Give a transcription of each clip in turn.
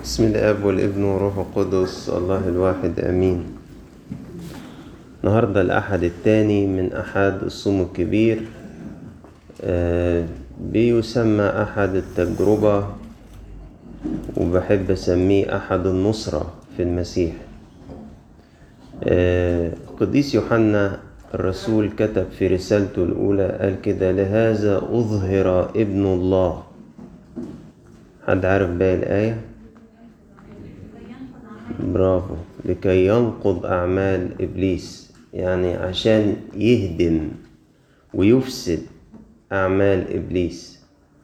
بسم الاب والابن وروح القدس الله الواحد امين. النهارده الاحد الثاني من احد الصوم الكبير، بيسمى احد التجربة، وبحب اسميه احد النصرة في المسيح. القديس يوحنا الرسول كتب في رسالته الاولى قال كده: لهذا اظهر ابن الله. حد عارف باقي الايه؟ برافو. لكي ينقض أعمال إبليس، يعني عشان يهدم ويفسد أعمال إبليس.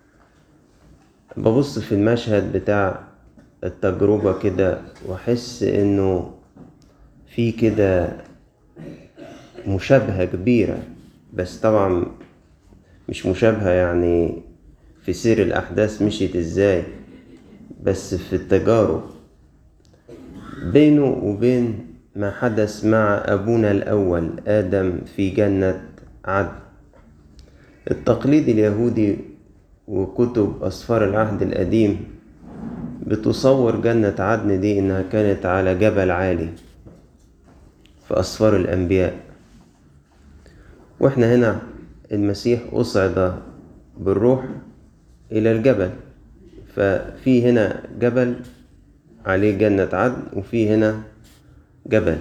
ببص في المشهد بتاع التجربة كده وأحس إنه في كده مشابهة كبيرة، بس طبعا مش مشابهة يعني في سير الأحداث مشيت إزاي، بس في التجارب بينه وبين ما حدث مع أبونا الأول آدم في جنة عدن. التقليد اليهودي وكتب أسفار العهد القديم بتصور جنة عدن دي إنها كانت على جبل عالي في أسفار الأنبياء، وإحنا هنا المسيح أصعد بالروح إلى الجبل، ففي هنا جبل عليه جنة عدن، وفي هنا جبل،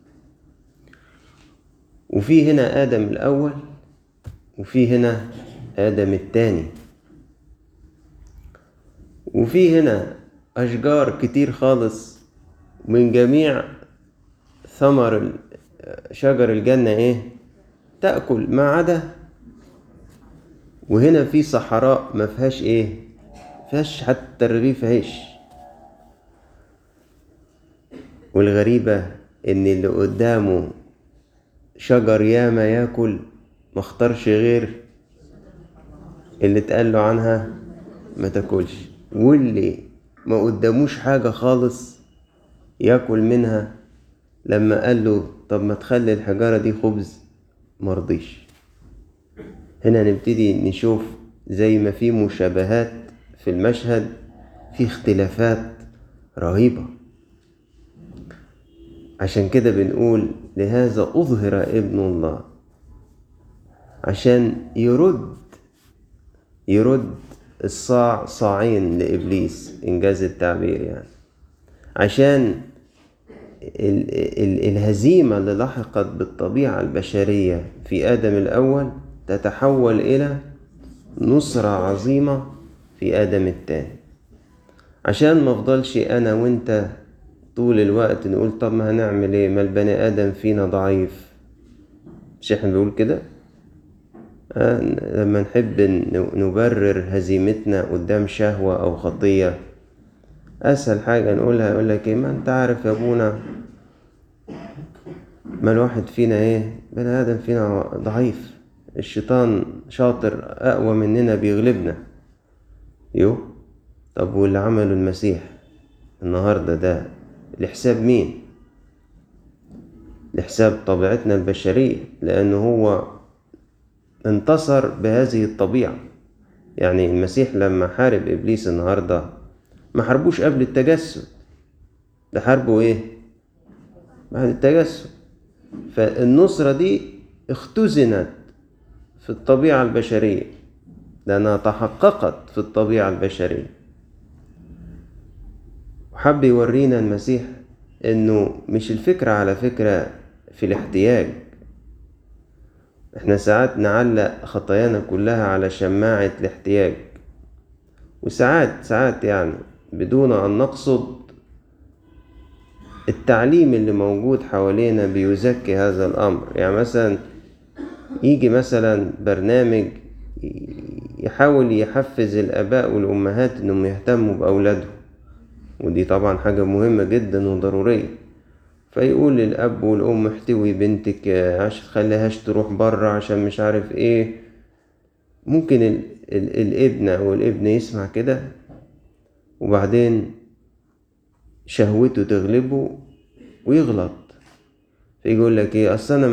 وفي هنا آدم الأول، وفي هنا آدم الثاني، وفي هنا أشجار كتير خالص من جميع ثمر شجر الجنة تأكل ما عدا، وهنا في صحراء ما فيهاش فيهاش حتى رغيف عيش. والغريبة إن اللي قدامه شجر ياما ياكل ما اختارش غير اللي اتقال له عنها ما تاكلش، واللي ما قداموش حاجة خالص ياكل منها لما قال له طب ما تخلي الحجارة دي خبز مرضيش. هنا نبتدي نشوف زي ما في مشابهات في المشهد، في اختلافات رهيبة. عشان كده بنقول لهذا أظهر ابن الله، عشان يرد الصاع صاعين لإبليس، إنجاز التعبير يعني، عشان الهزيمة اللي لحقت بالطبيعة البشرية في آدم الأول تتحول إلى نصرة عظيمة في آدم الثاني. عشان ما افضلش أنا وإنت طول الوقت نقول طب ما هنعمل ما البني آدم فينا ضعيف، مش احنا بنقول كده؟ لما نحب نبرر هزيمتنا قدام شهوة أو خطية، أسهل حاجة نقولها يقولك ما أنت عارف يا أبونا، ما الواحد فينا بني آدم فينا ضعيف، الشيطان شاطر أقوى مننا بيغلبنا. طب واللي عمله المسيح النهاردة ده لحساب مين؟ لحساب طبيعتنا البشرية، لأنه هو انتصر بهذه الطبيعة. يعني المسيح لما حارب إبليس النهاردة ما حاربوش قبل التجسد، ده حاربه بعد التجسد. فالنصرة دي اختزنت في الطبيعة البشرية، لأنها تحققت في الطبيعة البشرية. وحب يورينا المسيح إنه مش الفكرة على فكرة في الاحتياج. احنا ساعات نعلق خطايانا كلها على شماعة الاحتياج، وساعات يعني بدون أن نقصد التعليم اللي موجود حوالينا بيزكي هذا الأمر. يعني مثلا يجي مثلا برنامج يحاول يحفز الآباء والأمهات إنهم يهتموا بأولادهم، ودي طبعا حاجة مهمة جدا وضرورية. فيقول للأب والأم احتوي بنتك عشان تخليهاش تروح بره عشان مش عارف ممكن الابن أو الابن يسمع كده وبعدين شهوته تغلبه ويغلط، فيقول لك أصل أنا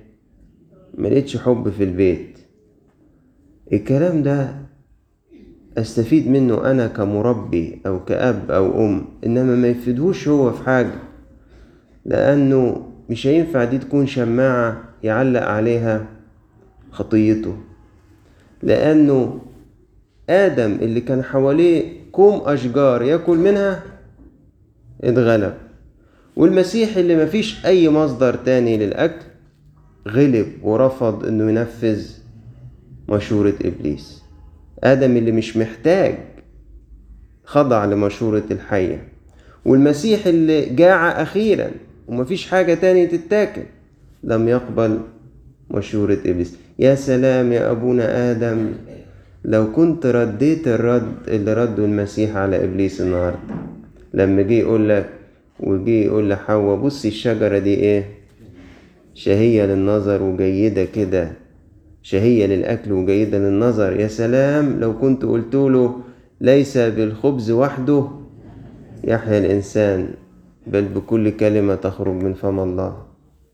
ما لقيتش حب في البيت. الكلام ده استفيد منه انا كمربي او كأب او ام، انما ما يفيدهوش هو في حاجة، لانه مش هينفع دي تكون شماعة يعلق عليها خطيته. لانه آدم اللي كان حواليه كوم أشجار يأكل منها اتغلب، والمسيح اللي مفيش أي مصدر تاني للأكل غلب ورفض إنه ينفذ مشورة إبليس. آدم اللي مش محتاج خضع لمشورة الحية، والمسيح اللي جاع أخيرا ومفيش حاجة تاني تتاكل لم يقبل مشورة إبليس. يا سلام يا أبونا آدم لو كنت رديت الرد اللي رده المسيح على إبليس النهاردة، لما جه يقول لك وجي يقول لحواء بصي الشجرة دي ايه، شهية للنظر وجيدة كده، شهية للأكل وجيدة للنظر. يا سلام لو كنت قلت له ليس بالخبز وحده يحيى الإنسان بل بكل كلمة تخرج من فم الله.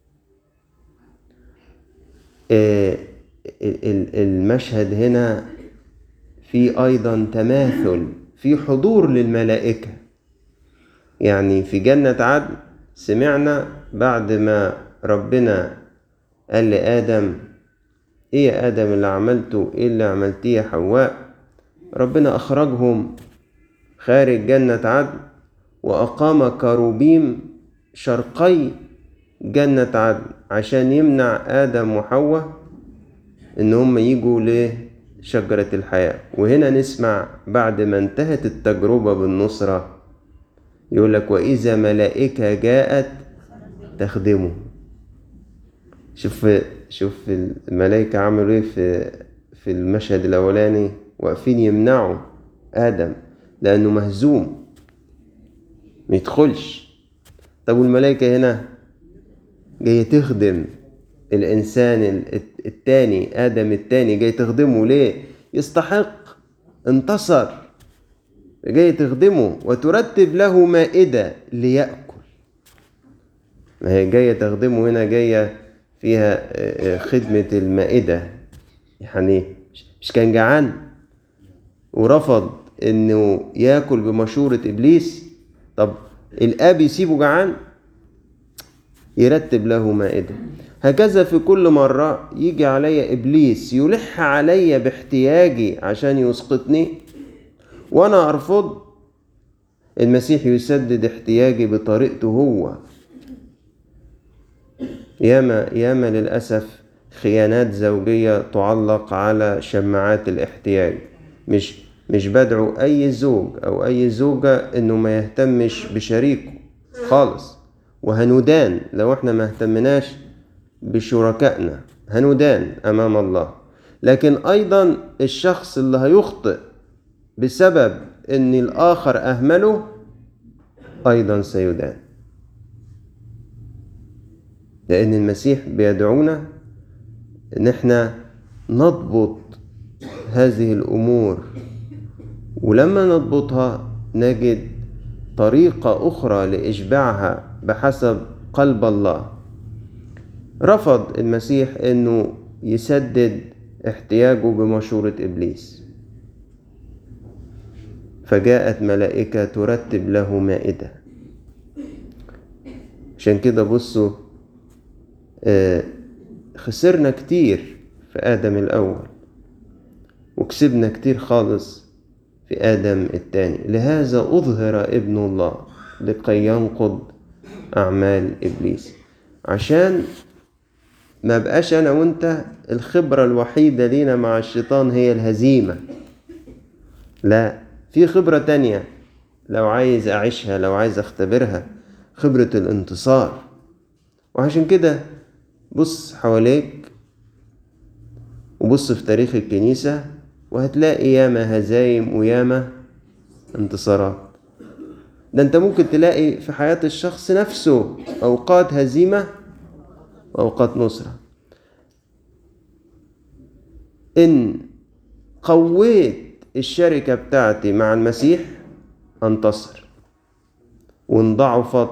المشهد هنا في أيضا تماثل في حضور للملائكة. يعني في جنة عدن سمعنا بعد ما ربنا قال لآدم ايه يا آدم اللي عملته، ايه اللي عملتيه يا حواء، ربنا أخرجهم خارج جنة عدن وأقام كروبيم شرقي جنة عدن عشان يمنع آدم وحواء إن هم يجوا لشجرة الحياة. وهنا نسمع بعد ما انتهت التجربة بالنصرة يقولك وإذا ملائكة جاءت تخدمه. شوف الملائكة عملوا ايه في المشهد الأولاني، واقفين يمنعوا آدم لأنه مهزوم ما يدخلش. طب والملائكة هنا جاية تخدم الإنسان التاني، آدم التاني جاي تخدمه ليه؟ يستحق، انتصر، جاي تخدمه وترتب له مائدة ليأكل. ما هي جاية تخدمه هنا جاية فيها خدمة المائدة. يعني مش كان جعان ورفض انه ياكل بمشورة ابليس؟ طب الاب يسيبه جعان؟ يرتب له مائدة. هكذا في كل مرة يجي علي ابليس يلح علي باحتياجي عشان يسقطني وانا ارفض، المسيح يسدد احتياجي بطريقته هو. ياما للأسف خيانات زوجية تعلق على شماعات الاحتياج. مش بدعو أي زوج أو أي زوجة إنه ما يهتمش بشريكه خالص، وهندان لو احنا ما اهتمناش بشركائنا، هندان أمام الله. لكن أيضا الشخص اللي هيخطئ بسبب إن الآخر أهمله أيضا سيدان، لأن المسيح بيدعونا إن احنا نضبط هذه الأمور، ولما نضبطها نجد طريقة أخرى لإشباعها بحسب قلب الله. رفض المسيح إنه يسدد احتياجه بمشورة إبليس، فجاءت ملائكة ترتب له مائدة. عشان كده بصوا خسرنا كتير في آدم الأول وكسبنا كتير خالص في آدم الثاني. لهذا أظهر ابن الله لكي ينقض أعمال إبليس، عشان ما بقاش أنا وإنت الخبرة الوحيدة لينا مع الشيطان هي الهزيمة. لا، في خبرة تانية لو عايز أعيشها، لو عايز أختبرها، خبرة الانتصار. وعشان كده بص حواليك وبص في تاريخ الكنيسة وهتلاقي ياما هزايم وياما انتصارات. ده انت ممكن تلاقي في حياة الشخص نفسه أوقات هزيمة وأوقات نصرة. إن قويت الشركة بتاعتي مع المسيح انتصر، وإن ضعفت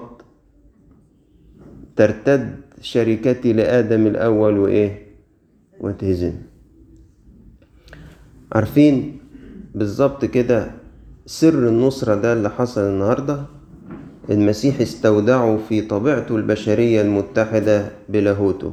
ترتد شركتي لآدم الأول وتهزم. عارفين بالظبط كده سر النصرة ده اللي حصل النهاردة المسيح استودعه في طبيعته البشرية المتحدة بلاهوته.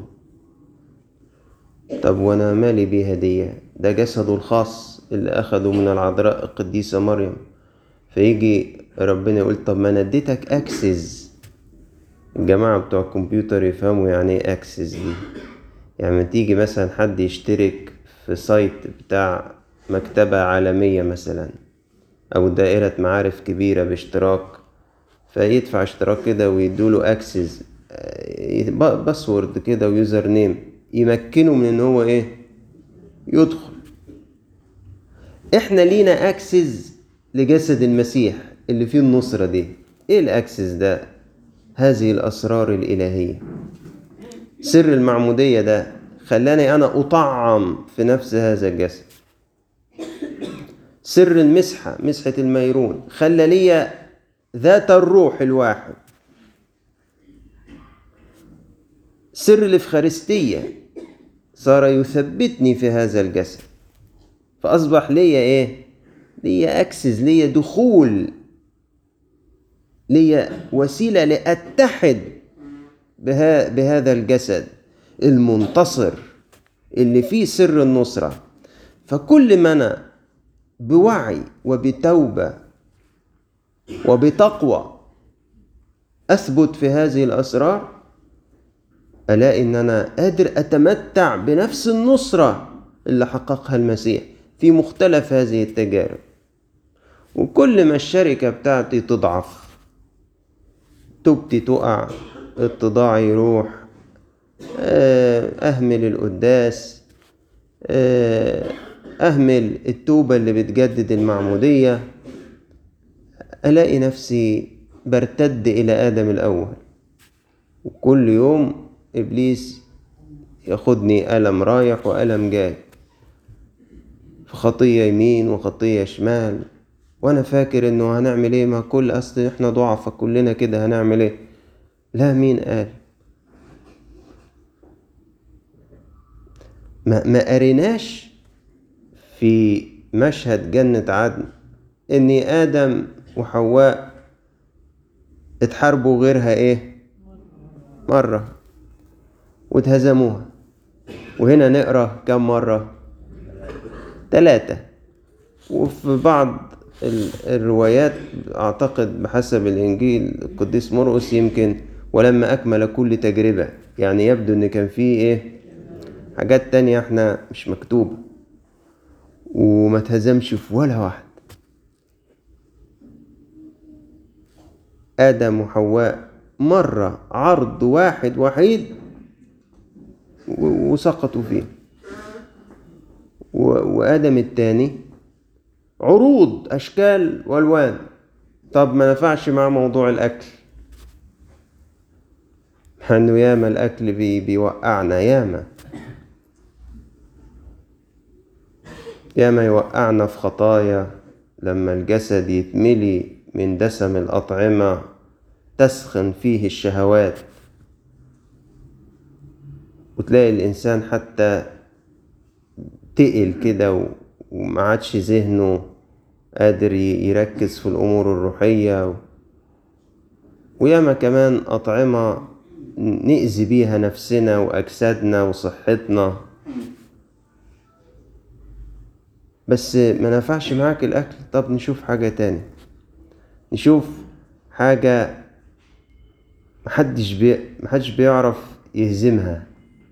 طب وانا مالي بيها دي؟ ده جسده الخاص اللي اخده من العذراء القديسة مريم. فيجي ربنا يقول طب ما انا اديتك اكسس. الجماعة بتوع الكمبيوتر يفهموا يعني ايه اكسس دي. يعني ما تيجي مثلا حد يشترك في سايت بتاع مكتبة عالمية مثلا او دائرة معارف كبيرة باشتراك، فيدفع اشتراك كده ويدوله اكسس باسورد كده ويوزر نيم يمكنه من ان هو ايه يدخل. احنا لينا اكسس لجسد المسيح اللي فيه النصرة دي. ايه الاكسس ده؟ هذه الاسرار الالهية. سر المعمودية ده خلاني انا اطعم في نفس هذا الجسد. سر المسحة، مسحة الميرون، خلى لي ذات الروح الواحد. سر الإفخارستية صار يثبتني في هذا الجسد، فأصبح لي إيه؟ لي أكسس، لي دخول، لي وسيلة لأتحد بهذا الجسد المنتصر اللي فيه سر النصرة. فكل ما أنا بوعي وبتوبة وبتقوى أثبت في هذه الأسرار، ألاقي إن أنا قادر أتمتع بنفس النصرة اللي حققها المسيح في مختلف هذه التجارب. وكل ما الشركة بتاعتي تضعف، توبتي تقع، اتضاعي يروح، أهمل القداس، أهمل التوبة اللي بتجدد المعمودية، ألاقي نفسي برتد إلى آدم الأول. وكل يوم إبليس ياخدني ألم رايح وألم جاي، في خطية يمين وخطية شمال، وأنا فاكر إنه هنعمل إيه؟ ما كل أصل إحنا ضعفة كلنا كده، هنعمل إيه؟ لا، مين قال؟ ما قريناش في مشهد جنة عدن إن آدم وحواء اتحاربوا غيرها إيه؟ مرة واتهزموها. وهنا نقرأ كم مرة؟ 3. وفي بعض الروايات أعتقد بحسب الإنجيل القديس مرقس يمكن ولما أكمل كل تجربة، يعني يبدو إن كان فيه إيه حاجات تانية إحنا مش مكتوبة، وما تهزمش في ولا واحد. آدم وحواء مرة عرض واحد وحيد وسقطوا فيه، وآدم التاني عروض أشكال والوان. طب ما نفعش مع موضوع الأكل، إنه ياما الأكل بيوقعنا، ياما يوقعنا في خطايا. لما الجسد يتملي من دسم الأطعمة تسخن فيه الشهوات، وتلاقي الإنسان حتى تقل كده وما عادش ذهنه قادر يركز في الأمور الروحية. وياما كمان أطعمة نأذي بيها نفسنا وأجسادنا وصحتنا، بس ما نفعش معاك الأكل. طب نشوف حاجة تاني، نشوف حاجة محدش بيعرف يهزمها.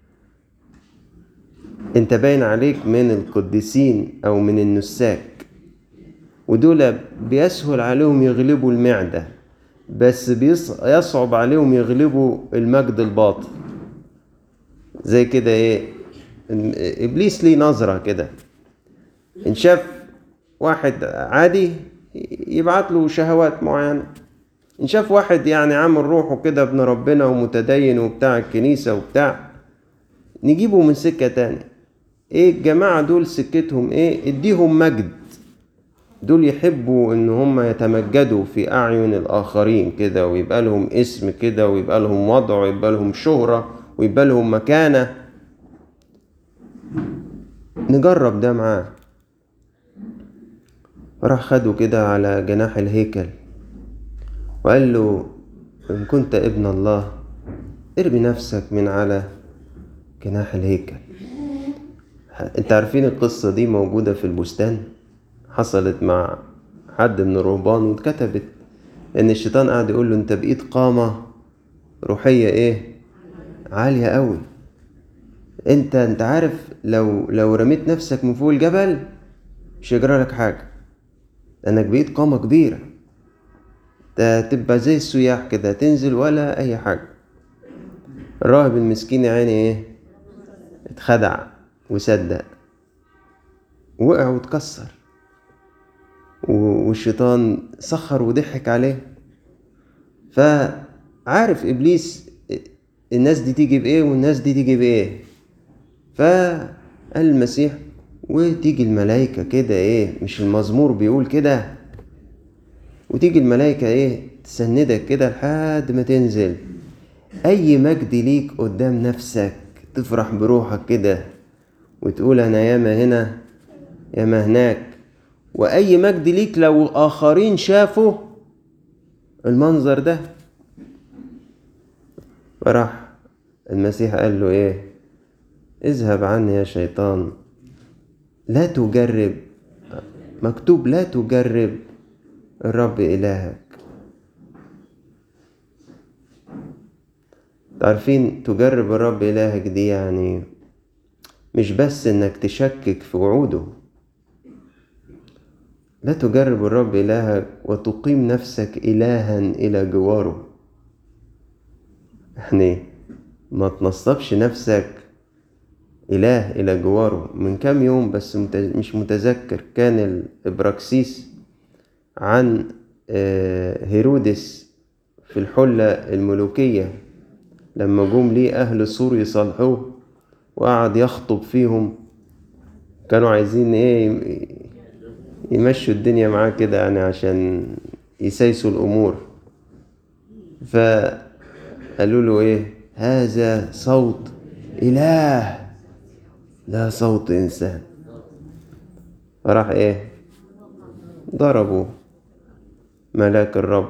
انت باين عليك من القديسين او من النساك، ودول بيسهل عليهم يغلبوا المعدة، بس يصعب عليهم يغلبوا المجد الباطن. زي كده ايه، ابليس ليه نظرة كده، ان شاف واحد عادي يبعت له شهوات معينة، ان شاف واحد يعني عامل روحه كده ابن ربنا ومتدين وبتاع الكنيسة وبتاع، نجيبه من سكة تانية. ايه الجماعة دول سكتهم ايه؟ اديهم مجد. دول يحبوا ان هم يتمجدوا في اعين الاخرين كده، ويبقى لهم اسم كده، ويبقى لهم وضع، ويبقى لهم شهرة، ويبقى لهم مكانة. نجرب ده معاه. فراح خده كده على جناح الهيكل وقال له إن كنت ابن الله ارمي نفسك من على جناح الهيكل. انت عارفين القصة دي موجودة في البستان، حصلت مع حد من الرهبان، واتكتبت ان الشيطان قاعد يقول له انت بقيت قامة روحية عالية قوي. انت عارف لو رميت نفسك من فوق الجبل مش هيجرى لك حاجة، لانك بقيت قامة كبيرة، تبقى زي السياح كده تنزل ولا اي حاجة. الراهب المسكين يعني اتخدع وصدق، وقع واتكسر، والشيطان سخر وضحك عليه. فعارف إبليس الناس دي تيجي بإيه والناس دي تيجي بإيه. فقال المسيح وتيجي الملائكة كده مش المزمور بيقول كده، وتيجي الملائكة تسندك كده لحد ما تنزل. أي مجد ليك قدام نفسك تفرح بروحك كده وتقول أنا ياما هنا ياما هناك. وأي مجد ليك لو آخرين شافوا المنظر ده. فراح المسيح قال له اذهب عني يا شيطان، لا تجرب، مكتوب لا تجرب الرب إلهك. تعرفين تجرب الرب إلهك دي يعني مش بس انك تشكك في وعوده، لا تجرب الرب إلهك وتقيم نفسك إلها إلى جواره. يعني ما تنصبش نفسك إله إلى جواره. من كام يوم بس مش متذكر كان الإبراكسيس عن هيرودس في الحلة الملوكية لما جم ليه أهل سور يصالحوه وقعد يخطب فيهم. كانوا عايزين يمشوا الدنيا معاه كده يعني عشان يسيسوا الأمور. فقالوا له هذا صوت إله لا صوت إنسان. فراح ضربوا ملاك الرب.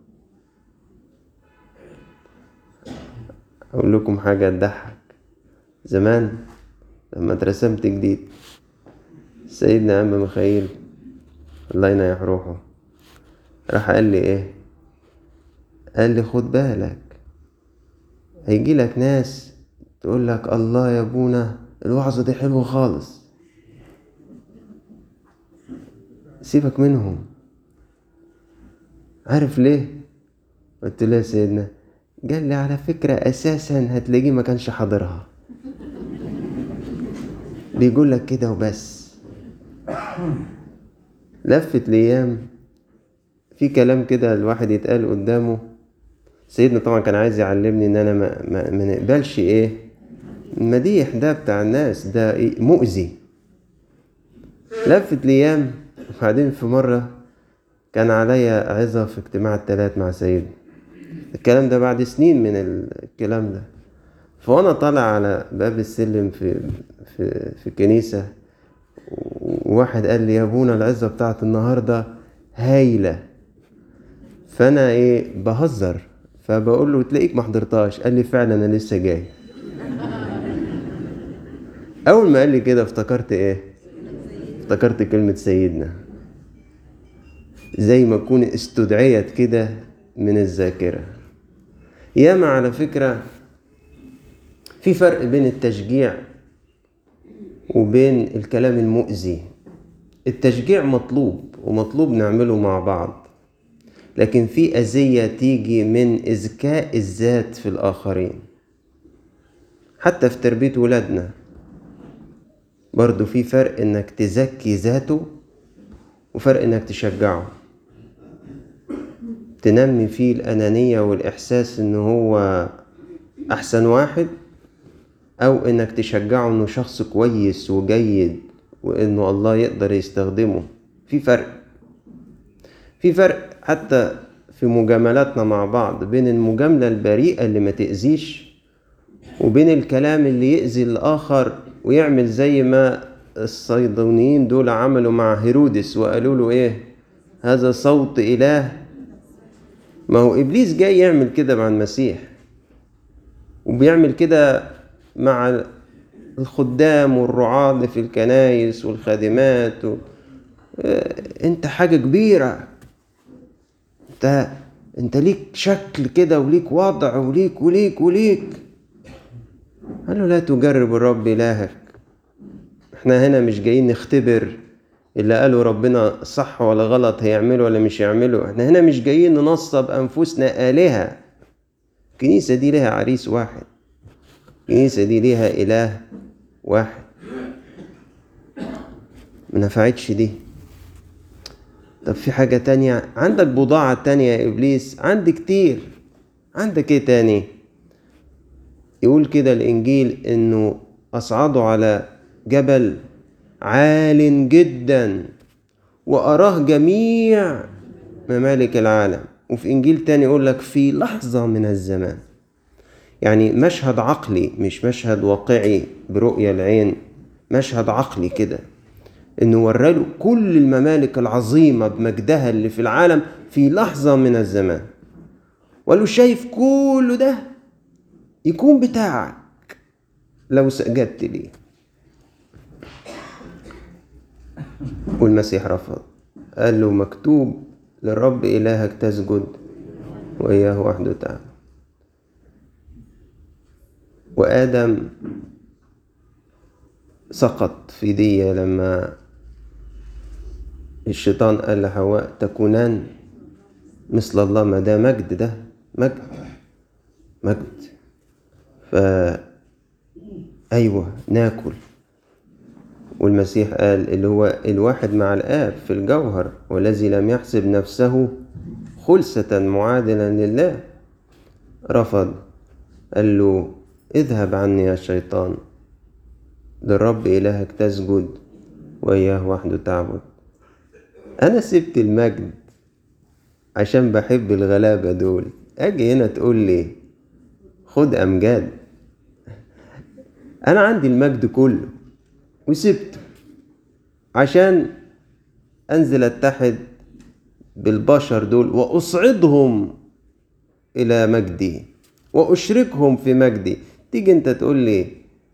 أقول لكم حاجة تضحك. زمان لما اترسمت جديد سيدنا أنبا ميخائيل الله ينيح روحه راح قال لي قال لي خد بالك هيجي لك ناس تقول لك الله يا ابونا الوعظة دي حلوة خالص، سيبك منهم. عارف ليه؟ قلت له يا سيدنا. قال لي على فكرة أساسا هتلاقيه ما كانش حاضرها، بيقول لك كده وبس. لفت ليام في كلام كده الواحد يتقال قدامه. سيدنا طبعا كان عايز يعلمني ان انا ما نقبلش المديح ده بتاع الناس ده مؤذي. لفت ليام. وبعدين في مرة كان عليا عظة في اجتماع الثلاث مع سيدنا، الكلام ده بعد سنين من الكلام ده. فوانا طالع على باب السلم في الكنيسة وواحد قال لي يا ابونا العظة بتاعت النهاردة هايلة. فانا بهزر فبقول له تلاقيك ما حضرتهاش. قال لي فعلا انا لسه جاي. اول ما قال لي كده افتكرت افتكرت كلمة سيدنا زي ما تكون استدعيت كده من الذاكرة. ياما على فكرة في فرق بين التشجيع وبين الكلام المؤذي. التشجيع مطلوب ومطلوب نعمله مع بعض، لكن في أذية تيجي من إزكاء الذات في الآخرين. حتى في تربية ولادنا برضو في فرق انك تزكي ذاته وفرق انك تشجعه، تنمي فيه الأنانية والإحساس انه هو أحسن واحد، أو انك تشجعه انه شخص كويس وجيد وانه الله يقدر يستخدمه. في فرق حتى في مجاملاتنا مع بعض بين المجاملة البريئة اللي ما تأذيش وبين الكلام اللي يأذي الآخر ويعمل زي ما الصيدونيين دول عملوا مع هيرودس وقالوا له هذا صوت إله. ما هو إبليس جاي يعمل كده مع المسيح، وبيعمل كده مع الخدام والرعاة اللي في الكنايس والخادمات انت حاجة كبيرة، انت ليك شكل كده وليك وضع وليك وليك وليك. قال له لا تجرب الرب إلهك. احنا هنا مش جايين نختبر اللي قالوا ربنا صح ولا غلط، هيعمله ولا مش يعمله. احنا هنا مش جايين ننصب أنفسنا آلهة. الكنيسة دي لها عريس واحد، الكنيسة دي لها إله واحد. ما نفعتش دي. طب في حاجة تانية؟ عندك بضاعة تانية يا إبليس؟ عندك كتير. عندك ايه تاني؟ يقول كده الإنجيل إنه أصعده على جبل عال جدا وأراه جميع ممالك العالم. وفي إنجيل تاني يقول لك في لحظة من الزمان. يعني مشهد عقلي، مش مشهد واقعي برؤية العين، مشهد عقلي كده، إنه وراله كل الممالك العظيمة بمجدها اللي في العالم في لحظة من الزمان. وقال له شايف كل ده يكون بتاعك لو سجدت ليه. والمسيح رفض، قال له مكتوب للرب إلهك تسجد وإياه وحده تعبد. وآدم سقط في دية لما الشيطان قال لحواء تكونان مثل الله. ما ده مجد، ده مجد. أيوة ناكل. والمسيح قال اللي هو الواحد مع الآب في الجوهر، والذي لم يحسب نفسه خلسة معادلا لله، رفض. قال له اذهب عني يا شيطان، للرب إلهك تسجد وإياه وحده تعبد. أنا سبت المجد عشان بحب الغلابة دول، أجي هنا تقول لي خد أمجاد؟ أنا عندي المجد كله وسبته عشان أنزل أتحد بالبشر دول وأصعدهم إلى مجدي وأشركهم في مجدي. تيجي أنت تقول لي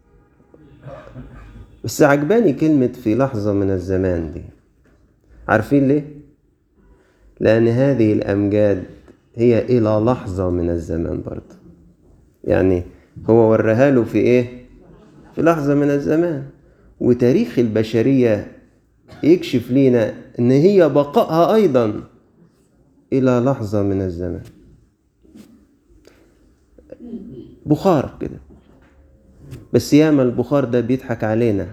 بس عجباني كلمة في لحظة من الزمان دي. عارفين ليه؟ لأن هذه الأمجاد هي إلى لحظة من الزمان برضه. يعني هو ورها له في إيه؟ في لحظة من الزمان. وتاريخ البشرية يكشف لنا إن هي بقائها أيضا إلى لحظة من الزمان. بخار كده، بس ياما البخار ده بيضحك علينا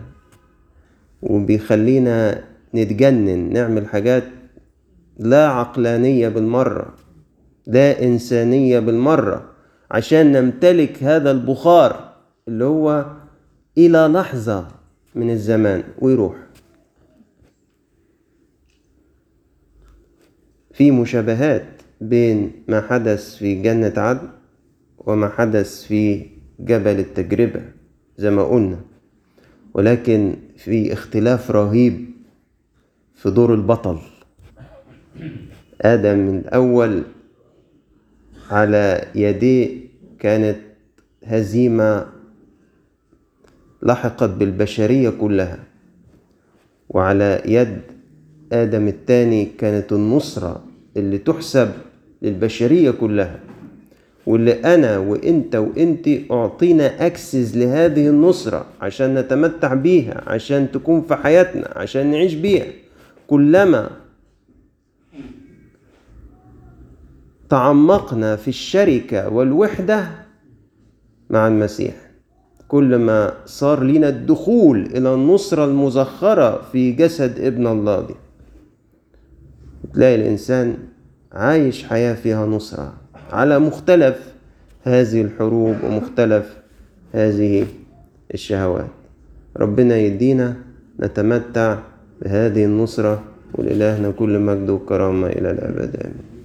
وبيخلينا نتجنن، نعمل حاجات لا عقلانية بالمرة، لا إنسانية بالمرة، عشان نمتلك هذا البخار اللي هو إلى لحظة من الزمان ويروح. في مشابهات بين ما حدث في جنة عدن وما حدث في جبل التجربة زي ما قلنا، ولكن في اختلاف رهيب في دور البطل. آدم من الأول على يديه كانت هزيمة لحقت بالبشرية كلها، وعلى يد آدم الثاني كانت النصرة اللي تحسب للبشرية كلها، واللي أنا وإنت وإنتي أعطينا أكسس لهذه النصرة عشان نتمتع بيها، عشان تكون في حياتنا، عشان نعيش بيها. كلما تعمقنا في الشركة والوحدة مع المسيح، كل ما صار لنا الدخول إلى النصرة المزخرة في جسد ابن الله دي. تلاقي الإنسان عايش حياة فيها نصرة على مختلف هذه الحروب ومختلف هذه الشهوات. ربنا يدينا نتمتع بهذه النصرة، ولإلهنا كل مجد وكرامة إلى الأبد آمين.